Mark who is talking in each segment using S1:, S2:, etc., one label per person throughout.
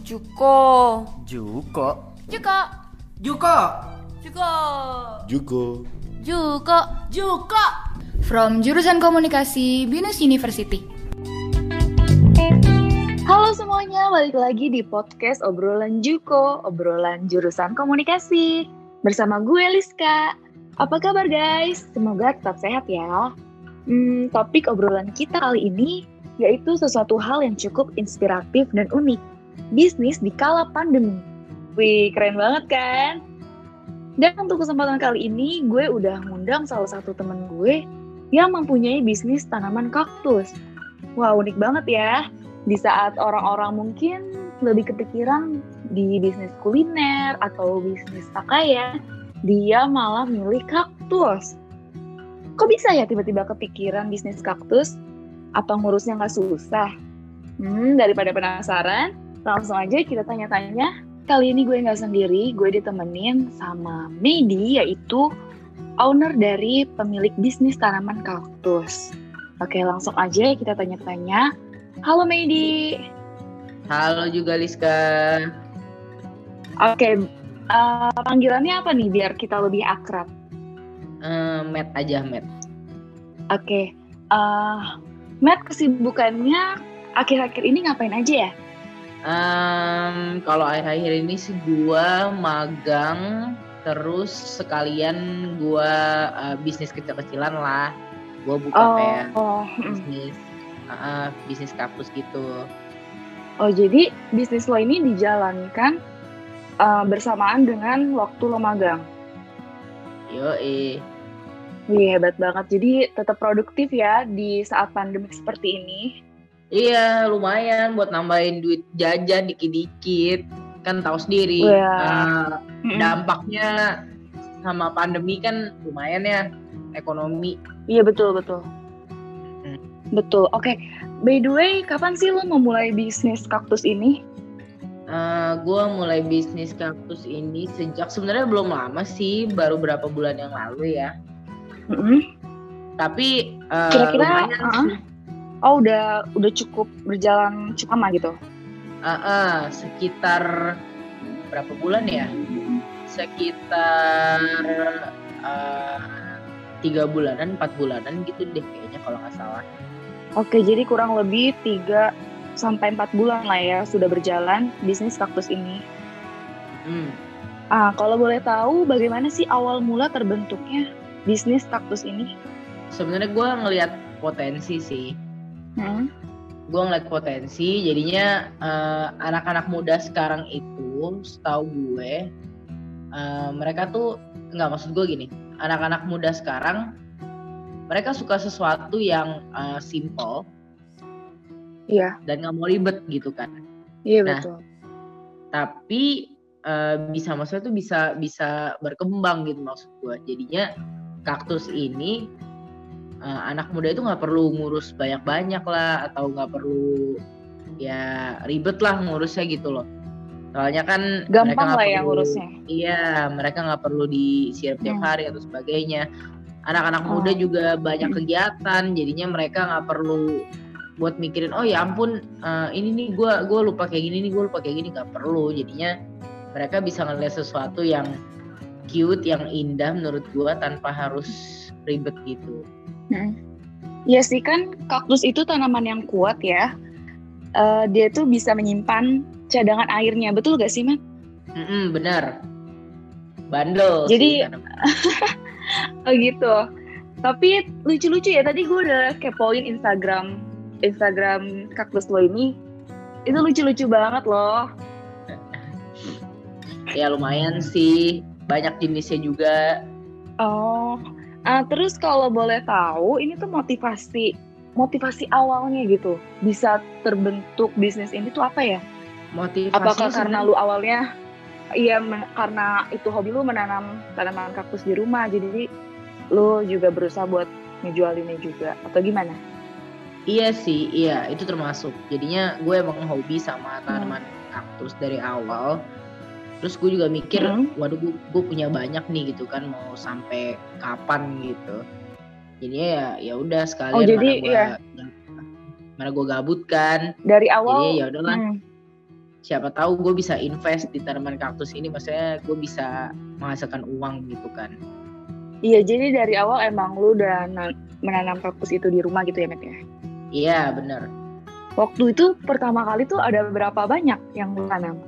S1: Juko.
S2: Juko.
S1: Juko.
S3: Juko.
S1: Juko.
S4: Juko.
S1: Juko. Juko. From jurusan Komunikasi BINUS University. Halo semuanya, balik lagi di podcast Obrolan Juko, obrolan jurusan komunikasi. Bersama gue Liska. Apa kabar guys? Semoga tetap sehat ya. Topik obrolan kita kali ini yaitu sesuatu hal yang cukup inspiratif dan unik. Bisnis di kala pandemi. Wih, keren banget kan? Dan untuk kesempatan kali ini, gue udah ngundang salah satu temen gue yang mempunyai bisnis tanaman kaktus. Wah, unik banget ya. Di saat orang-orang mungkin lebih kepikiran di bisnis kuliner atau bisnis pakaian, dia malah milih kaktus. Kok bisa ya tiba-tiba kepikiran bisnis kaktus? Apa ngurusnya nggak susah? Daripada penasaran, langsung aja kita tanya-tanya. Kali ini gue nggak sendiri, gue ditemenin sama Medi, yaitu owner dari pemilik bisnis tanaman kaktus. Oke, langsung aja kita tanya-tanya. Halo Medi.
S3: Halo juga Liska.
S1: Oke, panggilannya apa nih biar kita lebih akrab?
S3: Matt aja, Matt.
S1: Oke, Matt kesibukannya akhir-akhir ini ngapain aja ya?
S3: Kalau akhir-akhir ini sih gua magang, terus sekalian gua bisnis kecil-kecilan lah. Gua buka kayak bisnis kaktus gitu.
S1: Oh, jadi bisnis lo ini dijalankan bersamaan dengan waktu lo magang?
S3: Yoi.
S1: Wih, hebat banget. Jadi tetap produktif ya di saat pandemik seperti ini.
S3: Iya, lumayan buat nambahin duit jajan dikit-dikit. Kan tahu sendiri, dampaknya sama pandemi kan lumayan ya, ekonomi.
S1: Iya, betul. Betul, oke. By the way, kapan sih lo memulai bisnis kaktus ini?
S3: Gue mulai bisnis kaktus ini sejak sebenarnya belum lama sih, baru berapa bulan yang lalu ya. Tapi
S1: kira-kira
S3: lumayan sih.
S1: Oh, udah cukup berjalan cukup lama gitu?
S3: Sekitar berapa bulan ya? Sekitar 3 bulanan, 4 bulanan gitu deh kayaknya kalau nggak salah.
S1: Oke, jadi kurang lebih 3-4 bulan lah ya sudah berjalan bisnis kaktus ini. Kalau boleh tahu bagaimana sih awal mula terbentuknya bisnis kaktus ini?
S3: Sebenarnya gue ngelihat potensi sih. Gue ngeliat potensi, jadinya anak-anak muda sekarang itu, setahu gue, mereka tuh, maksud gue gini, anak-anak muda sekarang, mereka suka sesuatu yang simple,
S1: iya,
S3: dan nggak mau ribet gitu kan.
S1: Iya, betul.
S3: Tapi maksudnya tuh bisa berkembang gitu maksud gue. Jadinya kaktus ini anak muda itu nggak perlu ngurus banyak-banyak lah, atau nggak perlu ya ribet lah ngurusnya gitu loh. Soalnya kan
S1: gampang lah ya ngurusnya.
S3: Iya, mereka nggak perlu disiram tiap hari atau sebagainya. Anak-anak muda juga banyak kegiatan, jadinya mereka nggak perlu buat mikirin oh ya ampun ini nih gue lupa kayak gini nih, gue lupa kayak gini, nggak perlu. Jadinya mereka bisa ngeliat sesuatu yang cute, yang indah menurut gue tanpa harus ribet gitu.
S1: Iya sih, kan kaktus itu tanaman yang kuat ya. Dia tuh bisa menyimpan cadangan airnya, betul gak sih, Mat?
S3: Benar. Bandel.
S1: Jadi oh gitu. Tapi lucu-lucu ya, tadi gue udah kepoin Instagram kaktus lo ini. Itu lucu-lucu banget loh.
S3: Ya lumayan sih, banyak jenisnya juga.
S1: Terus kalau boleh tahu, ini tuh motivasi awalnya gitu, bisa terbentuk bisnis ini tuh apa ya? Apakah karena lu awalnya, karena itu hobi lu menanam tanaman kaktus di rumah, jadi lu juga berusaha buat ngejualinnya juga, atau gimana?
S3: Iya sih, itu termasuk. Jadinya gue emang hobi sama tanaman kaktus dari awal. Terus gue juga mikir, waduh gue punya banyak nih gitu kan, mau sampai kapan gitu. Jadinya ya udah sekalian mana gue gabut kan.
S1: Dari awal.
S3: Jadi ya udahlah. siapa tahu gue bisa invest di tanaman kaktus ini, maksudnya gue bisa menghasilkan uang gitu kan.
S1: Iya, jadi dari awal emang lu udah menanam kaktus itu di rumah gitu ya, Met ya?
S3: Iya, benar.
S1: Waktu itu pertama kali tuh ada berapa banyak yang lu tanam?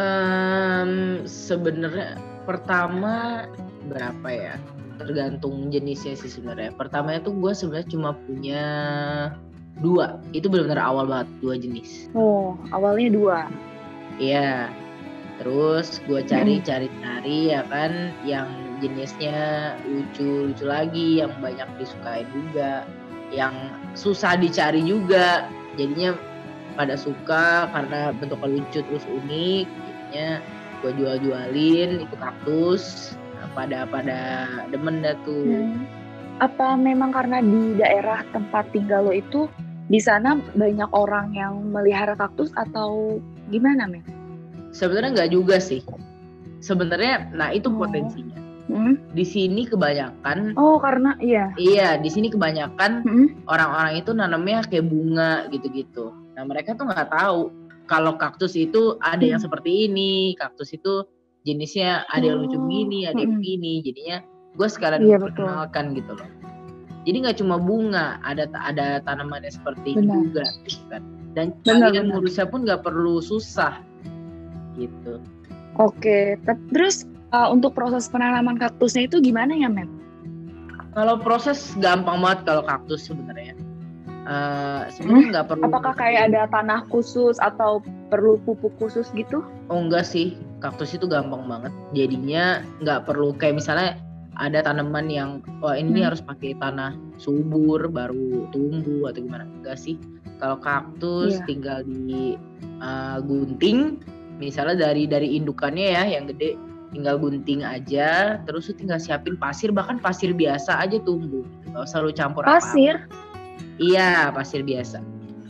S3: Sebenarnya pertama berapa ya? Tergantung jenisnya sih sebenarnya. Pertamanya tuh gue sebenarnya cuma punya 2. Itu benar-benar awal banget, 2 jenis.
S1: Oh, awalnya 2.
S3: Iya. Terus gue cari ya kan, yang jenisnya lucu-lucu lagi, yang banyak disukain juga, yang susah dicari juga. Jadinya pada suka karena bentuknya lucu terus unik. Jadinya gue jual-jualin itu kaktus. Nah, pada demen dah tuh.
S1: Apa memang karena di daerah tempat tinggal lo itu di sana banyak orang yang melihara kaktus atau gimana, Men?
S3: Sebenarnya nggak juga sih. Sebenarnya, nah itu potensinya. Di sini kebanyakan.
S1: Oh, karena iya.
S3: Iya, di sini kebanyakan orang-orang itu nanamnya kayak bunga gitu-gitu. Nah, mereka tuh nggak tahu kalau kaktus itu ada yang seperti ini, kaktus itu jenisnya ada yang lucu begini, ada yang begini. Jadinya gue sekalian memperkenalkan gitu loh. Jadi nggak cuma bunga, ada tanamannya seperti ini juga, gitu kan. Dan kalian ngurusnya pun nggak perlu susah, gitu.
S1: Oke, terus untuk proses penanaman kaktusnya itu gimana ya, Mem?
S3: Kalau proses gampang banget kalau kaktus sebenarnya. Sebenarnya nggak perlu.
S1: Apakah kayak ada tanah khusus atau perlu pupuk khusus gitu?
S3: Oh enggak sih, kaktus itu gampang banget. Jadinya nggak perlu kayak misalnya ada tanaman yang ini harus pakai tanah subur baru tumbuh atau gimana. Enggak sih. Kalau kaktus tinggal di gunting, misalnya dari indukannya ya yang gede, tinggal gunting aja, terus tinggal siapin pasir, bahkan pasir biasa aja tumbuh. Nggak usah lu campur
S1: pasir?
S3: Apa-apa. Iya, pasir biasa.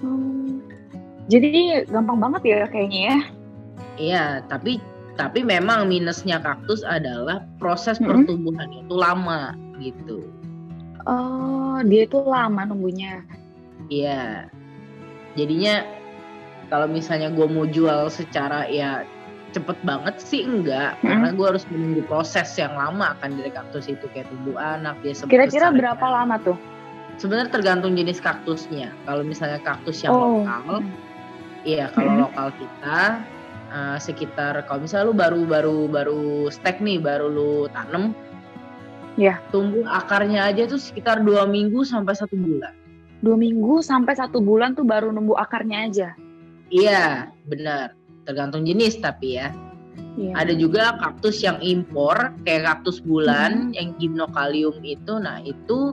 S1: Jadi gampang banget ya kayaknya ya?
S3: Iya, tapi memang minusnya kaktus adalah proses pertumbuhannya itu lama gitu.
S1: Oh, dia itu lama nunggunya.
S3: Iya. Jadinya kalau misalnya gue mau jual secara ya cepet banget sih enggak, karena gue harus menunggu proses yang lama kan dari kaktus itu kayak tumbuh anak dia.
S1: Kira-kira berapa lama tuh?
S3: Sebenarnya tergantung jenis kaktusnya. Kalau misalnya kaktus yang lokal, iya kalau lokal kita sekitar, kalau misalnya lu baru stek nih, baru lu tanem, tumbuh akarnya aja tuh sekitar 2 minggu sampai 1 bulan.
S1: 2 minggu sampai 1 bulan tuh baru numbuh akarnya aja?
S3: Iya, benar. Tergantung jenis tapi ya. Ada juga kaktus yang impor, kayak kaktus bulan yang gymnocallium itu. Nah itu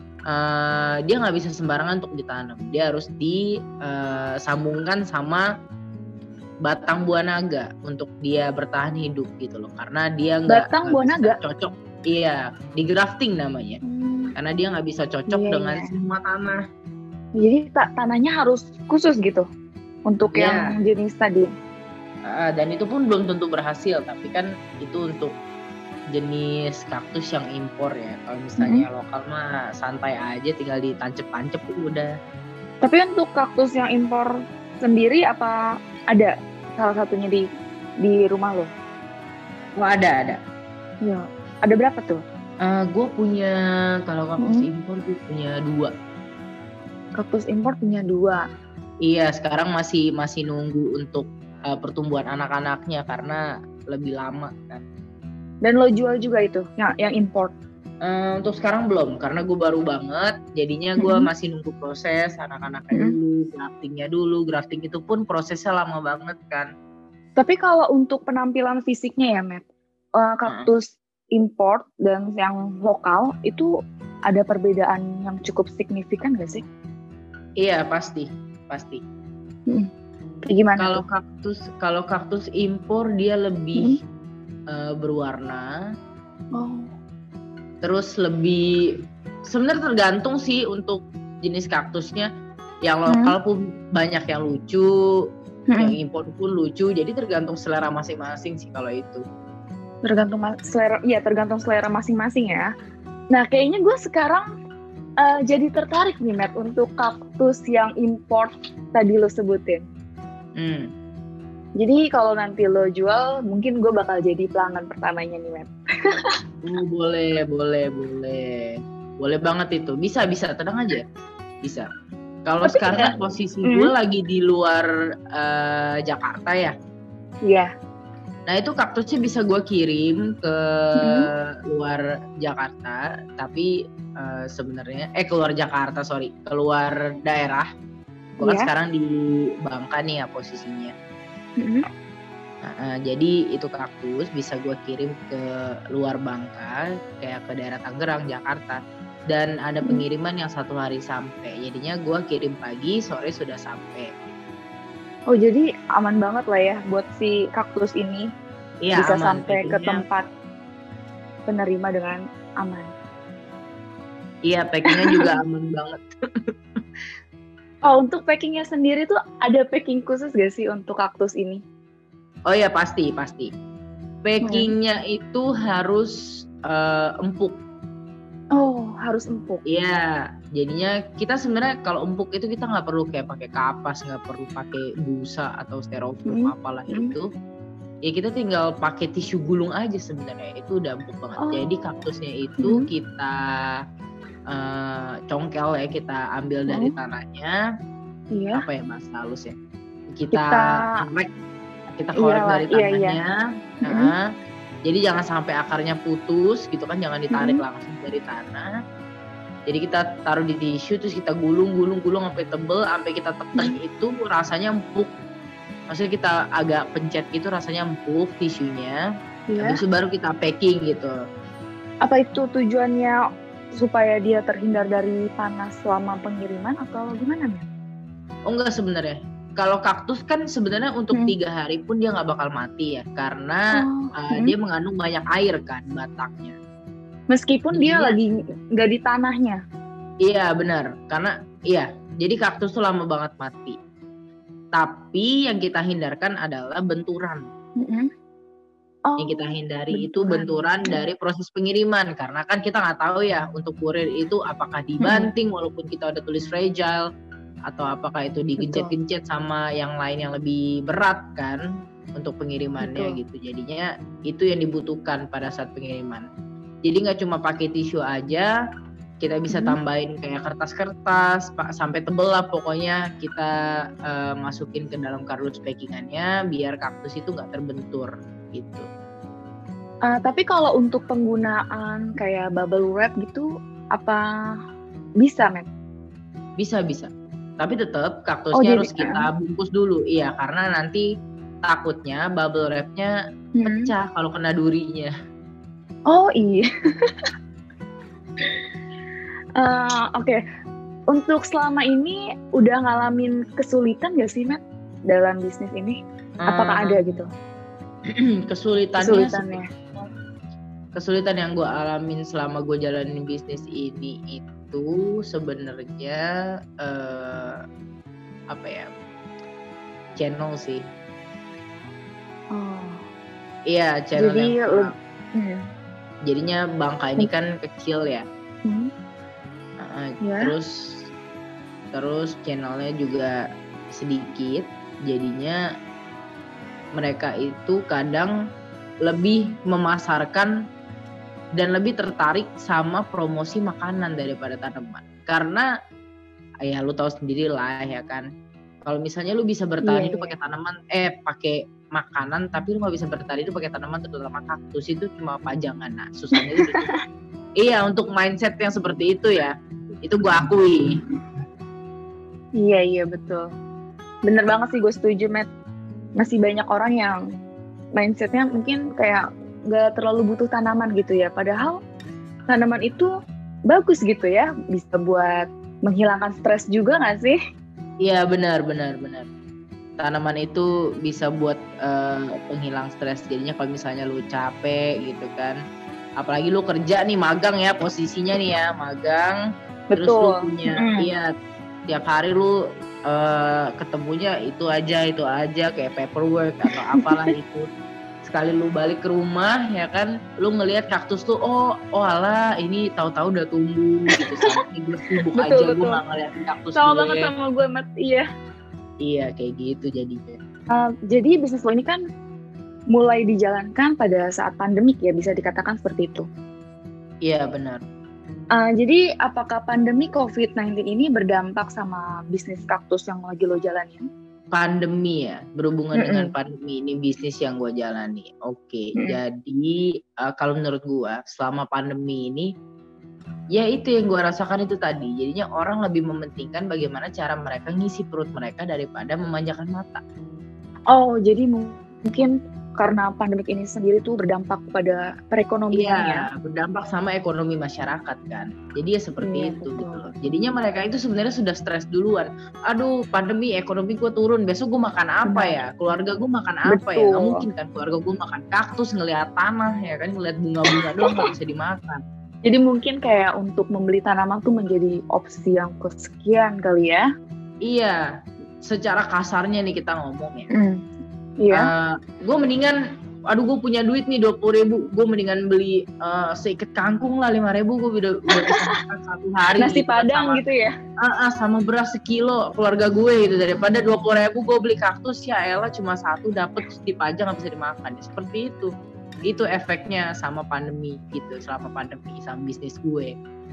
S3: dia nggak bisa sembarangan untuk ditanam. Dia harus disambungkan sama batang buah naga untuk dia bertahan hidup gitu loh. Karena dia nggak cocok. Iya, di grafting namanya. Karena dia nggak bisa cocok dengan semua tanah.
S1: Jadi tanahnya harus khusus gitu untuk yang jenis tadi.
S3: Dan itu pun belum tentu berhasil, tapi kan itu untuk jenis kaktus yang impor ya. Kalau misalnya lokal mah santai aja, tinggal ditancep-tancep udah.
S1: Tapi untuk kaktus yang impor sendiri apa ada salah satunya di rumah lo?
S3: Oh ada.
S1: Ya, ada berapa tuh?
S3: Gue punya, kalau kaktus impor gue punya 2.
S1: Kaktus impor punya 2.
S3: Iya, sekarang masih nunggu untuk pertumbuhan anak-anaknya karena lebih lama kan.
S1: Dan lo jual juga itu yang import?
S3: Untuk sekarang belum, karena gue baru banget. Jadinya gue masih nunggu proses anak-anaknya dulu, graftingnya dulu. Grafting itu pun prosesnya lama banget kan.
S1: Tapi kalau untuk penampilan fisiknya ya, Matt, kaktus import dan yang lokal itu ada perbedaan yang cukup signifikan gak sih?
S3: Iya, pasti.
S1: Gimana?
S3: Kalau kaktus impor dia lebih berwarna. Terus lebih, sebenarnya tergantung sih untuk jenis kaktusnya. Yang lokal pun banyak yang lucu, yang impor pun lucu. Jadi tergantung selera masing-masing sih kalau itu.
S1: Tergantung selera masing-masing ya. Nah, kayaknya gue sekarang jadi tertarik nih, Matt, untuk kaktus yang import tadi lo sebutin. Jadi kalau nanti lo jual, mungkin gue bakal jadi pelanggan pertamanya nih, Matt.
S3: Boleh. Boleh banget itu. Bisa, tenang aja. Bisa. Kalau sekarang kan posisi gue lagi di luar Jakarta ya.
S1: Iya.
S3: Nah itu kaktusnya bisa gue kirim ke luar Jakarta, tapi sebenarnya keluar Jakarta, keluar daerah. Gue kan sekarang di Bangka nih ya posisinya. Jadi itu kaktus bisa gue kirim ke luar Bangka, kayak ke daerah Tangerang, Jakarta. Dan ada pengiriman yang 1 hari sampai. Jadinya gue kirim pagi, sore sudah sampai.
S1: Oh jadi aman banget lah ya buat si kaktus ini.
S3: Iya,
S1: bisa
S3: aman,
S1: sampai ke tempat penerima dengan aman. Iya,
S3: packingnya juga aman banget.
S1: Oh, untuk packingnya sendiri tuh ada packing khusus gak sih untuk kaktus ini?
S3: Oh ya pasti. Packingnya itu harus empuk.
S1: Oh, harus empuk.
S3: Iya, jadinya kita sebenarnya kalau empuk itu kita nggak perlu kayak pakai kapas, nggak perlu pakai busa atau styrofoam apalah itu. Ya kita tinggal pakai tisu gulung aja sebenarnya, itu udah empuk banget. Jadi kaktusnya itu kita congkel ya, kita ambil dari tanahnya. Apa ya bahasa halus ya? Kita korek dari tanahnya. Jadi jangan sampai akarnya putus gitu kan, jangan ditarik langsung dari tanah. Jadi kita taruh di tisu, terus kita gulung sampai tebel, sampai kita tekan itu rasanya empuk. Maksudnya kita agak pencet gitu rasanya empuk tisunya. Habis itu baru kita packing gitu.
S1: Apa itu tujuannya supaya dia terhindar dari panas selama pengiriman atau gimana nih?
S3: Oh enggak sebenarnya. Kalau kaktus kan sebenarnya untuk 3 hari pun dia nggak bakal mati ya, karena dia mengandung banyak air kan batangnya.
S1: Meskipun dia lagi nggak di tanahnya.
S3: Iya benar, karena jadi kaktus tuh lama banget mati. Tapi yang kita hindarkan adalah benturan. Yang kita hindari itu benturan dari proses pengiriman, karena kan kita nggak tahu ya untuk kurir itu apakah dibanting walaupun kita udah tulis fragile, atau apakah itu digencet-gencet sama yang lain yang lebih berat kan untuk pengirimannya gitu. Jadinya itu yang dibutuhkan pada saat pengiriman. Jadi nggak cuma pakai tisu aja, kita bisa tambahin kayak kertas-kertas sampai tebel lah pokoknya, kita masukin ke dalam kardus packingannya biar kaktus itu nggak terbentur gitu.
S1: Tapi kalau untuk penggunaan kayak bubble wrap gitu, apa bisa, Matt?
S3: Bisa. Tapi tetap kaktusnya harus kita bungkus dulu, karena nanti takutnya bubble wrapnya pecah kalau kena durinya.
S1: Oh iya. Oke. Untuk selama ini udah ngalamin kesulitan gak sih, Matt, dalam bisnis ini? Apakah ada gitu?
S3: Kesulitan yang gue alamin selama gue jalanin bisnis ini itu sebenarnya channel sih. Iya, channel. Jadinya Bangka ini kan kecil ya. Terus channelnya juga sedikit. Jadinya mereka itu kadang lebih memasarkan dan lebih tertarik sama promosi makanan daripada tanaman. Karena ya lu tahu sendiri lah ya kan. Kalau misalnya lu bisa bertahan itu pakai tanaman, pakai makanan, tapi lu nggak bisa bertahan itu pakai tanaman, terutama kaktus, itu cuma pajangan. Nah susahnya itu. Iya, untuk mindset yang seperti itu ya, itu gue akui.
S1: Iya betul. Bener banget sih, gue setuju, Matt. Masih banyak orang yang mindsetnya mungkin kayak nggak terlalu butuh tanaman gitu ya, padahal tanaman itu bagus gitu ya, bisa buat menghilangkan stres juga nggak sih?
S3: Iya benar. Tanaman itu bisa buat penghilang stres. Jadinya kalau misalnya lu capek gitu kan, apalagi lu kerja nih, magang ya posisinya nih ya, magang.
S1: Betul.
S3: Terus lu punya tiap hari lu ketemunya itu aja kayak paperwork atau apalah itu. Sekali lu balik ke rumah ya kan, lu ngelihat kaktus tuh, alah ini tahu-tahu udah tumbuh gitu. Sampai gue sibuk aja, gue nggak ngeliatin kaktus.
S1: Sama banget sama gue, Mat. Iya
S3: kayak gitu jadinya.
S1: Jadi bisnis lo ini kan mulai dijalankan pada saat pandemik ya, bisa dikatakan seperti itu.
S3: Iya benar.
S1: Jadi apakah pandemi COVID-19 ini berdampak sama bisnis kaktus yang lagi lo jalanin?
S3: Pandemi ya, berhubungan dengan pandemi ini bisnis yang gue jalani. Oke. Jadi kalau menurut gue selama pandemi ini, ya itu yang gue rasakan itu tadi. Jadinya orang lebih mementingkan bagaimana cara mereka ngisi perut mereka daripada memanjakan mata.
S1: Oh, jadi mungkin karena pandemik ini sendiri tuh berdampak pada perekonomian ya?
S3: Iya, berdampak sama ekonomi masyarakat kan. Jadi ya seperti itu
S1: betul.
S3: gitu loh. Jadinya mereka itu sebenarnya sudah stres duluan. Aduh, pandemi ekonomi gue turun. Besok gue makan apa ya? Keluarga gue makan apa ya? Nggak mungkin kan keluarga gue makan kaktus, ngelihat tanah ya kan, ngelihat bunga-bunga doang nggak bisa dimakan.
S1: Jadi mungkin kayak untuk membeli tanaman tuh menjadi opsi yang kesekian kali ya?
S3: Iya, secara kasarnya nih kita ngomong ya.
S1: Iya.
S3: Gue mendingan, aduh gue punya duit nih 20.000, gue mendingan beli seikat kangkung lah 5.000, gue udah bisa makan satu hari.
S1: Nasi
S3: gitu,
S1: padang
S3: sama,
S1: gitu ya?
S3: Sama beras sekilo keluarga gue gitu, daripada 20.000 gue beli kaktus ya elah cuma satu dapet dipajang nggak bisa dimakan. Seperti itu. Itu efeknya sama pandemi gitu, selama pandemi sama bisnis gue.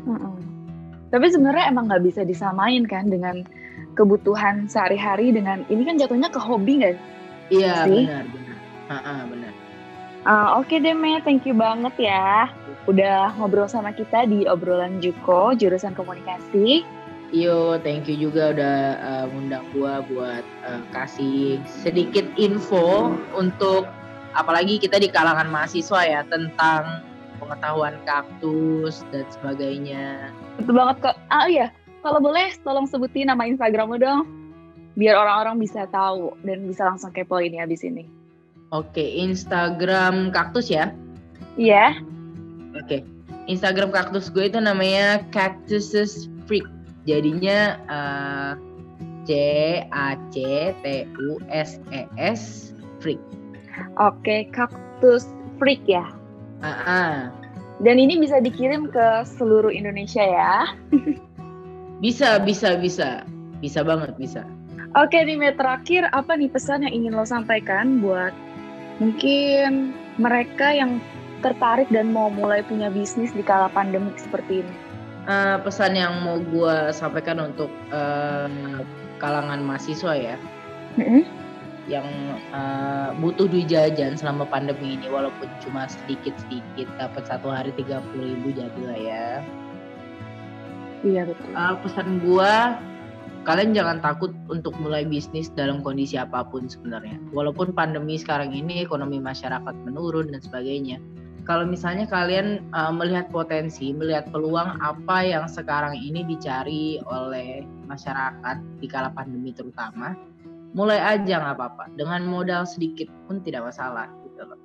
S1: Tapi sebenarnya emang nggak bisa disamain kan dengan kebutuhan sehari-hari, dengan ini kan jatuhnya ke hobi nggak?
S3: Iya benar. Benar.
S1: Oke deh Me, thank you banget ya udah ngobrol sama kita di obrolan Juko jurusan komunikasi.
S3: Yo, thank you juga udah ngundang gua buat kasih sedikit info untuk apalagi kita di kalangan mahasiswa ya tentang pengetahuan kaktus dan sebagainya.
S1: Betul banget kok. Iya, kalau boleh tolong sebutin nama Instagram lo dong, biar orang-orang bisa tahu dan bisa langsung kepoin ya abis ini.
S3: Oke, Instagram kaktus ya?
S1: Iya.
S3: Oke, Instagram kaktus gue itu namanya Cactuses Freak. Jadinya CACTUSES Freak. Oke,
S1: Cactus Freak ya? Dan ini bisa dikirim ke seluruh Indonesia ya?
S3: Bisa banget, bisa.
S1: Oke nih, terakhir apa nih pesan yang ingin lo sampaikan buat mungkin mereka yang tertarik dan mau mulai punya bisnis di kala pandemik seperti ini?
S3: Pesan yang mau gue sampaikan untuk kalangan mahasiswa ya, yang butuh duit jajan selama pandemi ini, walaupun cuma sedikit-sedikit, dapat satu hari 30.000 jadilah ya.
S1: Iya betul.
S3: Pesan gue, kalian jangan takut untuk mulai bisnis dalam kondisi apapun sebenarnya. Walaupun pandemi sekarang ini ekonomi masyarakat menurun dan sebagainya. Kalau misalnya kalian melihat potensi, melihat peluang apa yang sekarang ini dicari oleh masyarakat di kala pandemi terutama, mulai aja nggak apa-apa. Dengan modal sedikit pun tidak masalah gitu loh.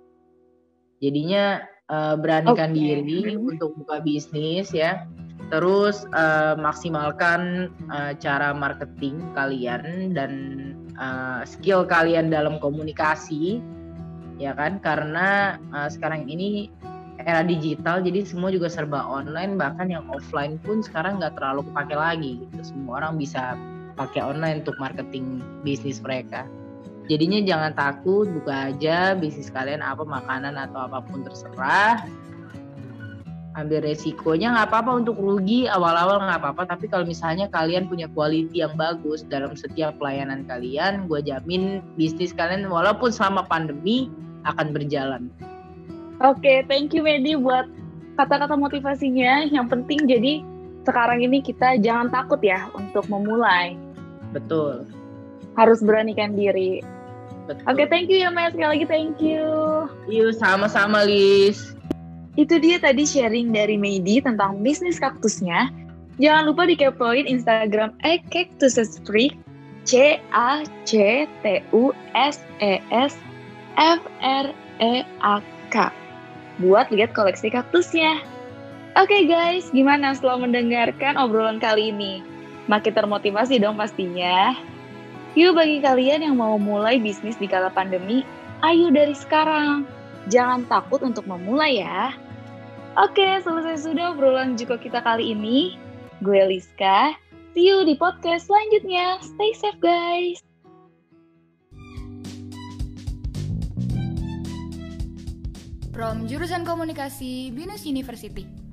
S3: Jadinya beranikan diri untuk buka bisnis ya. Terus maksimalkan cara marketing kalian dan skill kalian dalam komunikasi, ya kan? Karena sekarang ini era digital, jadi semua juga serba online. Bahkan yang offline pun sekarang nggak terlalu kepake lagi gitu. Semua orang bisa pakai online untuk marketing bisnis mereka. Jadinya jangan takut, buka aja bisnis kalian, apa makanan atau apapun terserah. Ambil resikonya, nggak apa-apa untuk rugi awal-awal, nggak apa-apa, tapi kalau misalnya kalian punya quality yang bagus dalam setiap pelayanan kalian, gue jamin bisnis kalian walaupun selama pandemi akan berjalan.
S1: Oke, thank you Medi buat kata-kata motivasinya. Yang penting jadi sekarang ini kita jangan takut ya untuk memulai.
S3: Betul.
S1: Harus beranikan diri.
S3: Betul.
S1: Oke, thank you ya Mas, sekali lagi thank you.
S3: Yuk, sama-sama Liz.
S1: Itu dia tadi sharing dari Medi tentang bisnis kaktusnya. Jangan lupa dikepoin Instagram @cactusesfreak, CACTUSESFREAK, buat lihat koleksi kaktusnya. Oke guys, gimana setelah mendengarkan obrolan kali ini? Makin termotivasi dong pastinya. Yuk, bagi kalian yang mau mulai bisnis di kala pandemi, ayo dari sekarang. Jangan takut untuk memulai ya. Oke, selesai sudah obrolan Juko kita kali ini. Gue Liska. See you di podcast selanjutnya. Stay safe guys.
S2: from jurusan Komunikasi BINUS University.